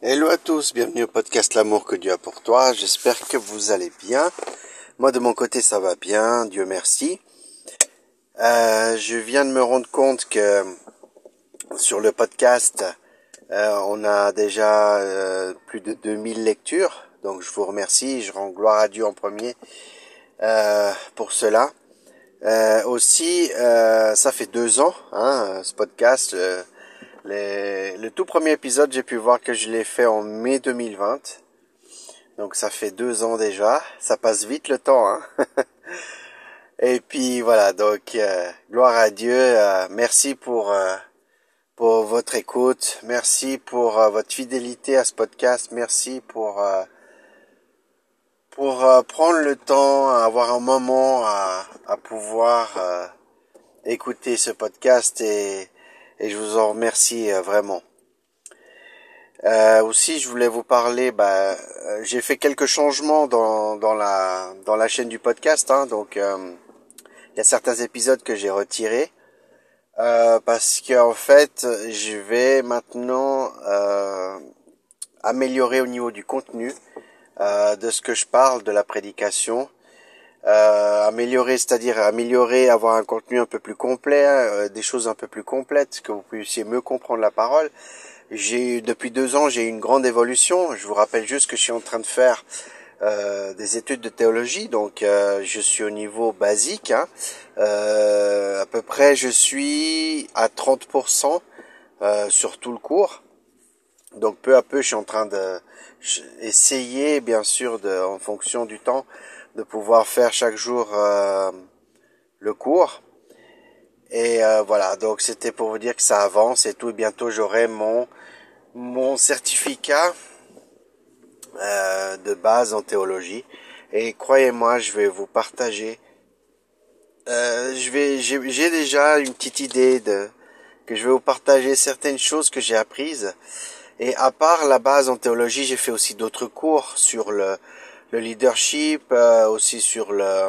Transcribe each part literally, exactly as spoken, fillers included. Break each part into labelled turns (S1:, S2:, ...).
S1: Hello à tous, bienvenue au podcast L'amour que Dieu a pour toi. J'espère que vous allez bien. Moi de mon côté ça va bien, Dieu merci. Euh, je viens de me rendre compte que sur le podcast, euh, on a déjà euh, plus de deux mille lectures. Donc je vous remercie, je rends gloire à Dieu en premier euh, pour cela. Euh, aussi, euh, ça fait deux ans, hein, ce podcast. Euh, les, le tout premier épisode, j'ai pu voir que je l'ai fait en mai deux mille vingt. Donc ça fait deux ans déjà. Ça passe vite le temps, hein. Et puis voilà, donc euh, gloire à Dieu. Euh, merci pour euh, pour votre écoute. Merci pour euh, votre fidélité à ce podcast. Merci pour euh, pour euh, prendre le temps, avoir un moment à, à pouvoir euh, écouter ce podcast et, et je vous en remercie euh, vraiment. Euh, aussi, je voulais vous parler. Bah, euh, j'ai fait quelques changements dans dans la dans la chaîne du podcast. Hein, donc, euh, il y a certains épisodes que j'ai retirés euh, parce que en fait, je vais maintenant euh, améliorer au niveau du contenu euh, de ce que je parle, de la prédication. Euh, améliorer, c'est-à-dire améliorer, avoir un contenu un peu plus complet, euh, des choses un peu plus complètes, que vous puissiez mieux comprendre la parole. J'ai depuis deux ans, j'ai eu une grande évolution. Je vous rappelle juste que je suis en train de faire euh, des études de théologie, donc euh, je suis au niveau basique. Hein. Euh, à peu près, je suis à trente pour cent euh, sur tout le cours. Donc peu à peu, je suis en train de essayer, bien sûr, de, en fonction du temps, de pouvoir faire chaque jour euh, le cours. Et euh, voilà, donc c'était pour vous dire que ça avance et tout. Et bientôt, j'aurai mon mon certificat euh, de base en théologie. Et croyez-moi, je vais vous partager. Euh, je vais, j'ai, j'ai déjà une petite idée de que je vais vous partager certaines choses que j'ai apprises. Et à part la base en théologie, j'ai fait aussi d'autres cours sur le, le leadership, euh, aussi sur le,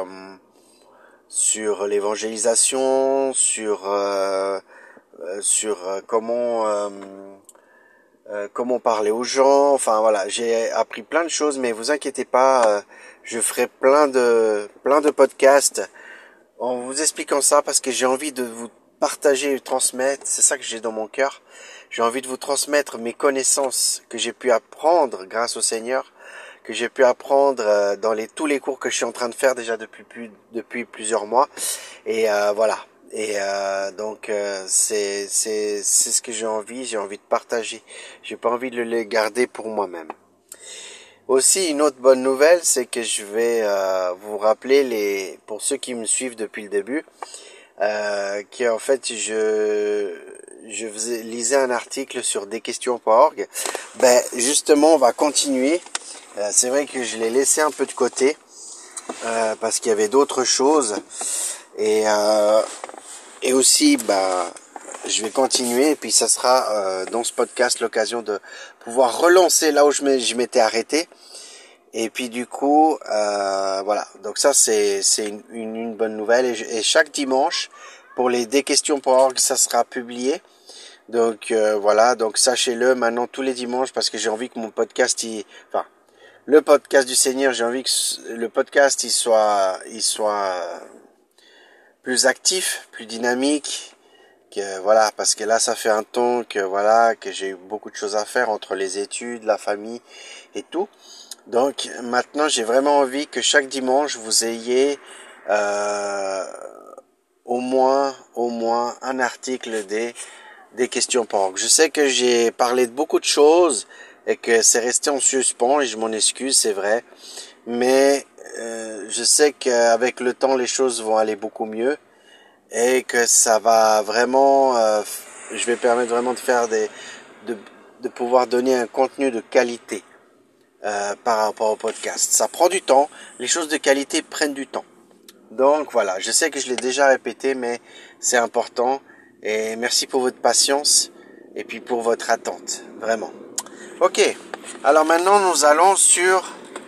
S1: sur l'évangélisation, sur, euh, euh, sur euh, comment, euh, euh, comment parler aux gens. Enfin voilà, j'ai appris plein de choses, mais vous inquiétez pas, euh, je ferai plein de, plein de podcasts en vous expliquant ça parce que j'ai envie de vous partager et transmettre, c'est ça que j'ai dans mon cœur. J'ai envie de vous transmettre mes connaissances que j'ai pu apprendre grâce au Seigneur, que j'ai pu apprendre euh, dans les tous les cours que je suis en train de faire déjà depuis plus, depuis plusieurs mois. Et euh, voilà. Et euh, donc euh, c'est c'est c'est ce que j'ai envie. J'ai envie de partager. J'ai pas envie de le garder pour moi-même. Aussi, une autre bonne nouvelle, c'est que je vais euh, vous rappeler les, pour ceux qui me suivent depuis le début, euh, qui en fait je je faisais, lisais un article sur des questions point org. Ben justement, on va continuer. Euh, c'est vrai que je l'ai laissé un peu de côté euh, parce qu'il y avait d'autres choses et euh, et aussi bah je vais continuer et puis ça sera euh, dans ce podcast l'occasion de pouvoir relancer là où je m'étais arrêté. Et puis du coup, euh, voilà. Donc ça c'est c'est une, une, une bonne nouvelle. Et, je, et chaque dimanche, pour les des questions point org, ça sera publié. Donc euh, voilà. Donc sachez-le maintenant tous les dimanches parce que j'ai envie que mon podcast, il, enfin le podcast du Seigneur, j'ai envie que le podcast il soit il soit plus actif, plus dynamique. Que, voilà, parce que là ça fait un temps que voilà que j'ai eu beaucoup de choses à faire entre les études, la famille et tout. Donc maintenant j'ai vraiment envie que chaque dimanche vous ayez euh, au moins au moins un article des des questions point org. Je sais que j'ai parlé de beaucoup de choses et que c'est resté en suspens et je m'en excuse, c'est vrai, mais euh, je sais qu'avec le temps les choses vont aller beaucoup mieux et que ça va vraiment euh, je vais permettre vraiment de faire des de de pouvoir donner un contenu de qualité. Euh, par rapport au podcast. Ça prend du temps, les choses de qualité prennent du temps. Donc voilà, je sais que je l'ai déjà répété, mais c'est important. Et merci pour votre patience et puis pour votre attente, vraiment. Ok, alors maintenant nous allons sur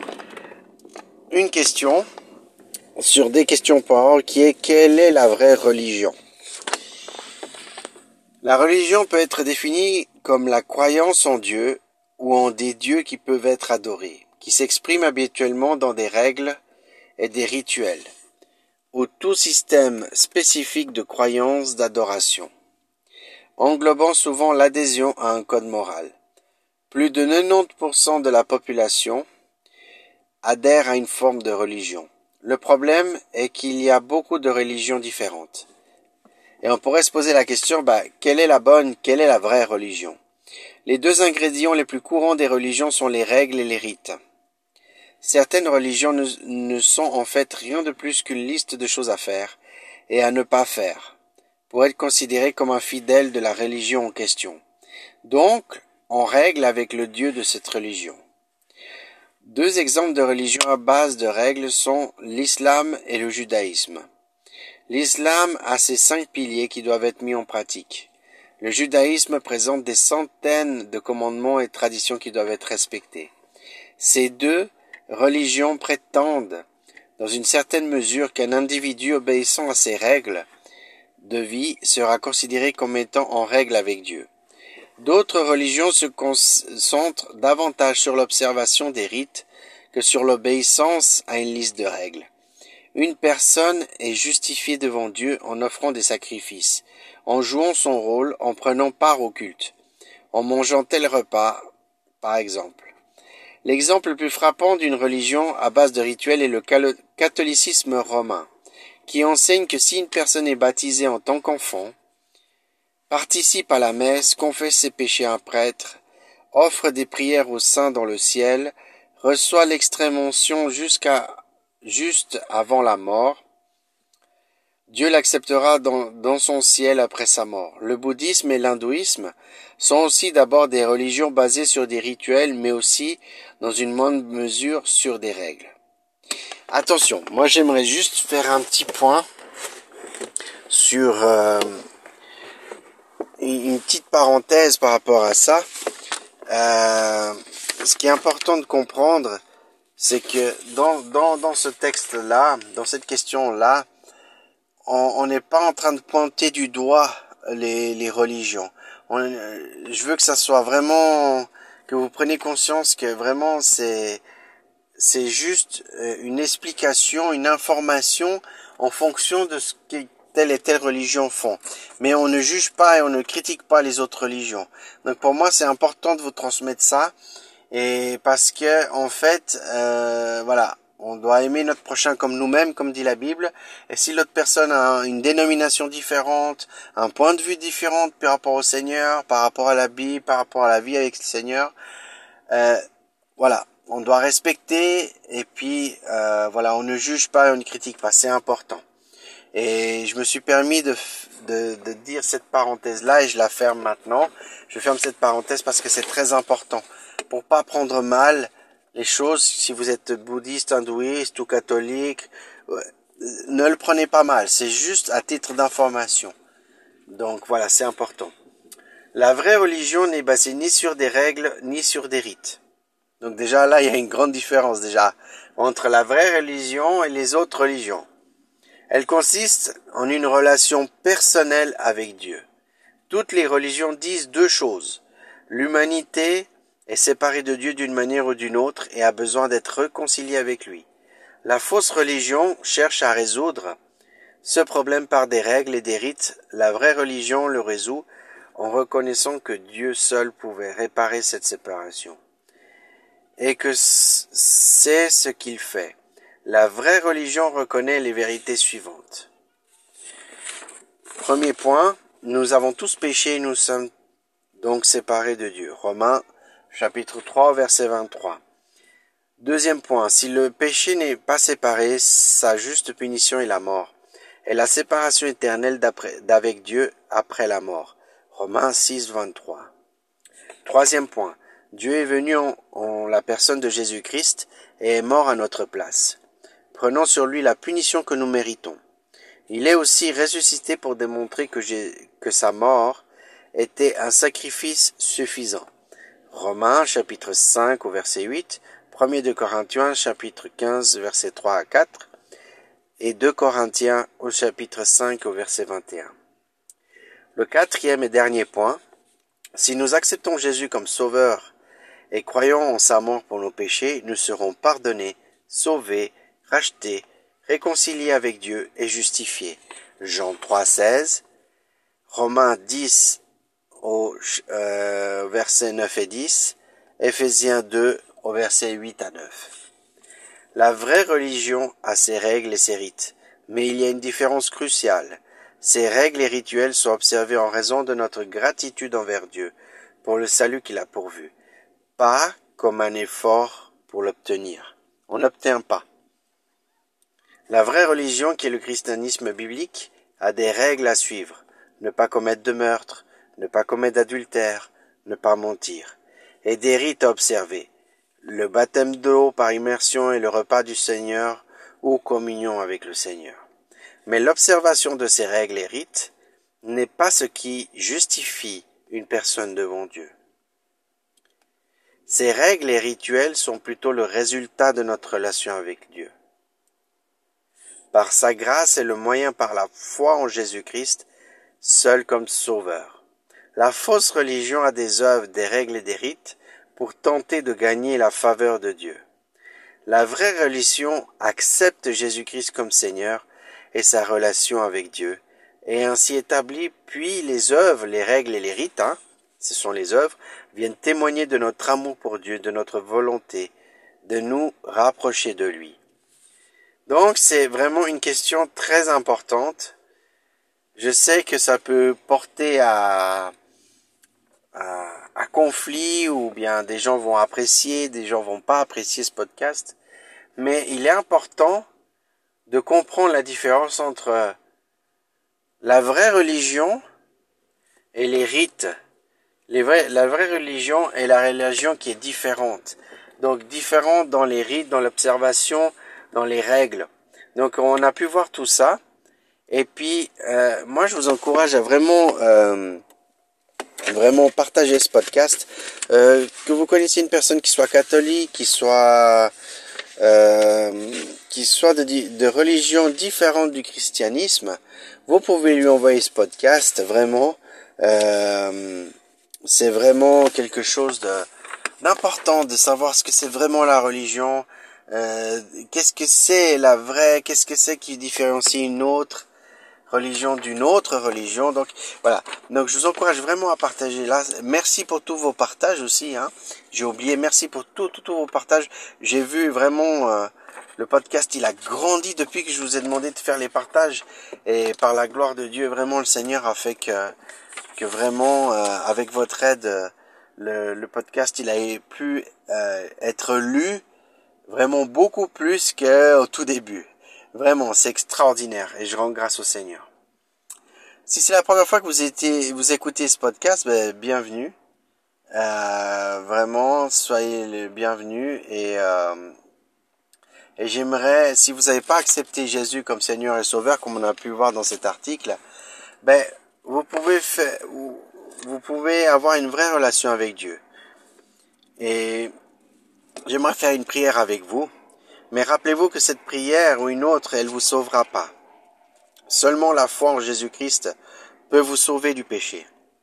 S1: une question, sur des questions point org qui est quelle est la vraie religion? La religion peut être définie comme la croyance en Dieu ou ont des dieux qui peuvent être adorés, qui s'expriment habituellement dans des règles et des rituels, ou tout système spécifique de croyance d'adoration, englobant souvent l'adhésion à un code moral. Plus de quatre-vingt-dix pour cent de la population adhère à une forme de religion. Le problème est qu'il y a beaucoup de religions différentes. Et on pourrait se poser la question, bah, quelle est la bonne, quelle est la vraie religion? Les deux ingrédients les plus courants des religions sont les règles et les rites. Certaines religions ne, ne sont en fait rien de plus qu'une liste de choses à faire et à ne pas faire, pour être considéré comme un fidèle de la religion en question. Donc, on règle avec le Dieu de cette religion. Deux exemples de religions à base de règles sont l'islam et le judaïsme. L'islam a ses cinq piliers qui doivent être mis en pratique. Le judaïsme présente des centaines de commandements et traditions qui doivent être respectés. Ces deux religions prétendent, dans une certaine mesure, qu'un individu obéissant à ces règles de vie sera considéré comme étant en règle avec Dieu. D'autres religions se concentrent davantage sur l'observation des rites que sur l'obéissance à une liste de règles. Une personne est justifiée devant Dieu en offrant des sacrifices, en jouant son rôle, en prenant part au culte, en mangeant tel repas, par exemple. L'exemple le plus frappant d'une religion à base de rituels est le catholicisme romain, qui enseigne que si une personne est baptisée en tant qu'enfant, participe à la messe, confesse ses péchés à un prêtre, offre des prières aux saints dans le ciel, reçoit l'extrême onction jusqu'à juste avant la mort, Dieu l'acceptera dans, dans son ciel après sa mort. Le bouddhisme et l'hindouisme sont aussi d'abord des religions basées sur des rituels, mais aussi, dans une moindre mesure, sur des règles. Attention, moi j'aimerais juste faire un petit point sur euh, une petite parenthèse par rapport à ça. Euh, ce qui est important de comprendre, c'est que dans, dans, dans ce texte-là, dans cette question-là, on n'est pas en train de pointer du doigt les, les religions. On, je veux que ça soit vraiment, que vous preniez conscience que vraiment c'est, c'est juste une explication, une information en fonction de ce que telle et telle religion font. Mais on ne juge pas et on ne critique pas les autres religions. Donc pour moi c'est important de vous transmettre ça, et parce que en fait, euh, voilà. On doit aimer notre prochain comme nous-mêmes, comme dit la Bible. Et si l'autre personne a une dénomination différente, un point de vue différent par rapport au Seigneur, par rapport à la Bible, par rapport à la vie avec le Seigneur, euh, voilà, on doit respecter. Et puis, euh, voilà, on ne juge pas, on ne critique pas. C'est important. Et je me suis permis de, de, de dire cette parenthèse-là et je la ferme maintenant. Je ferme cette parenthèse parce que c'est très important. Pour pas prendre mal les choses, si vous êtes bouddhiste, hindouiste ou catholique, ne le prenez pas mal, c'est juste à titre d'information. Donc voilà, c'est important. La vraie religion n'est basée ni sur des règles, ni sur des rites. Donc déjà là, il y a une grande différence déjà entre la vraie religion et les autres religions. Elle consiste en une relation personnelle avec Dieu. Toutes les religions disent deux choses. L'humanité est séparée de Dieu d'une manière ou d'une autre et a besoin d'être réconciliée avec lui. La fausse religion cherche à résoudre ce problème par des règles et des rites. La vraie religion le résout en reconnaissant que Dieu seul pouvait réparer cette séparation. Et que c'est ce qu'il fait. La vraie religion reconnaît les vérités suivantes. Premier point, nous avons tous péché et nous sommes donc séparés de Dieu. Romains chapitre trois, verset vingt-trois. Deuxième point, si le péché n'est pas séparé, sa juste punition est la mort, et la séparation éternelle d'avec Dieu après la mort. Romains six, vingt-trois. Troisième point, Dieu est venu en, en la personne de Jésus-Christ et est mort à notre place, prenant sur lui la punition que nous méritons. Il est aussi ressuscité pour démontrer que, j'ai, que sa mort était un sacrifice suffisant. Romains chapitre cinq au verset huit, premier de Corinthiens chapitre quinze verset trois à quatre et deux Corinthiens au chapitre cinq au verset vingt et un. Le quatrième et dernier point, si nous acceptons Jésus comme sauveur et croyant en sa mort pour nos péchés, nous serons pardonnés, sauvés, rachetés, réconciliés avec Dieu et justifiés. Jean trois, seize, Romains dix au euh, verset neuf et dix, Éphésiens deux au verset huit à neuf. La vraie religion a ses règles et ses rites, mais il y a une différence cruciale. Ces règles et rituels sont observés en raison de notre gratitude envers Dieu pour le salut qu'il a pourvu, pas comme un effort pour l'obtenir. On n'obtient pas. La vraie religion, qui est le christianisme biblique, a des règles à suivre. Ne pas commettre de meurtre, ne pas commettre d'adultère, ne pas mentir. Et des rites à observer. Le baptême d'eau par immersion et le repas du Seigneur ou communion avec le Seigneur. Mais l'observation de ces règles et rites n'est pas ce qui justifie une personne devant Dieu. Ces règles et rituels sont plutôt le résultat de notre relation avec Dieu. Par sa grâce et le moyen par la foi en Jésus-Christ, seul comme sauveur. La fausse religion a des œuvres, des règles et des rites pour tenter de gagner la faveur de Dieu. La vraie religion accepte Jésus-Christ comme Seigneur et sa relation avec Dieu, et ainsi établit, puis les œuvres, les règles et les rites, hein, ce sont les œuvres, viennent témoigner de notre amour pour Dieu, de notre volonté de nous rapprocher de lui. Donc c'est vraiment une question très importante. Je sais que ça peut porter à, à, à conflit, ou bien des gens vont apprécier, des gens vont pas apprécier ce podcast. Mais il est important de comprendre la différence entre la vraie religion et les rites. Les vrais, la vraie religion est la religion qui est différente. Donc différente dans les rites, dans l'observation, dans les règles. Donc on a pu voir tout ça. Et puis euh, moi je vous encourage à vraiment euh, vraiment partager ce podcast. Euh, que vous connaissiez une personne qui soit catholique, qui soit euh, qui soit de, de religion différente du christianisme, vous pouvez lui envoyer ce podcast. Vraiment, euh, c'est vraiment quelque chose de d'important de savoir ce que c'est vraiment la religion. Euh, qu'est-ce que c'est la vraie, qu'est-ce que c'est qui différencie une autre religion d'une autre religion. Donc voilà, donc je vous encourage vraiment à partager là. Merci pour tous vos partages aussi, hein. J'ai oublié, merci pour tous tous vos partages. J'ai vu vraiment euh, le podcast, il a grandi depuis que je vous ai demandé de faire les partages, et par la gloire de Dieu, vraiment le Seigneur a fait que que vraiment euh, avec votre aide, euh, le, le podcast il a pu euh, être lu vraiment beaucoup plus qu'au tout début. Vraiment, c'est extraordinaire et je rends grâce au Seigneur. Si c'est la première fois que vous étiez, vous écoutez ce podcast, ben, bienvenue. Euh, vraiment, soyez les bienvenus, et euh, et j'aimerais, si vous n'avez pas accepté Jésus comme Seigneur et Sauveur, comme on a pu voir dans cet article, ben vous pouvez faire, vous, vous pouvez avoir une vraie relation avec Dieu. Et j'aimerais faire une prière avec vous. Mais rappelez-vous que cette prière ou une autre, elle vous sauvera pas. Seulement la foi en Jésus-Christ peut vous sauver du péché.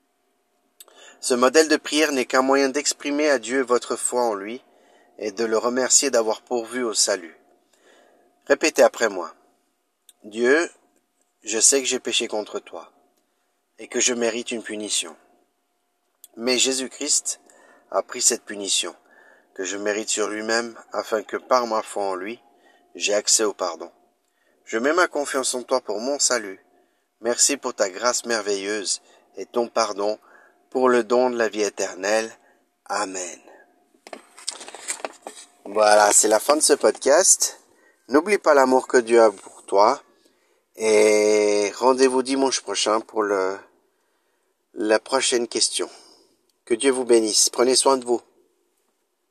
S1: Ce modèle de prière n'est qu'un moyen d'exprimer à Dieu votre foi en lui et de le remercier d'avoir pourvu au salut. Répétez après moi. Dieu, je sais que j'ai péché contre toi et que je mérite une punition. Mais Jésus-Christ a pris cette punition que je mérite sur lui-même, afin que par ma foi en lui, j'ai accès au pardon. Je mets ma confiance en toi pour mon salut. Merci pour ta grâce merveilleuse et ton pardon pour le don de la vie éternelle. Amen. Voilà, c'est la fin de ce podcast. N'oublie pas l'amour que Dieu a pour toi, et rendez-vous dimanche prochain pour le, la prochaine question. Que Dieu vous bénisse. Prenez soin de vous.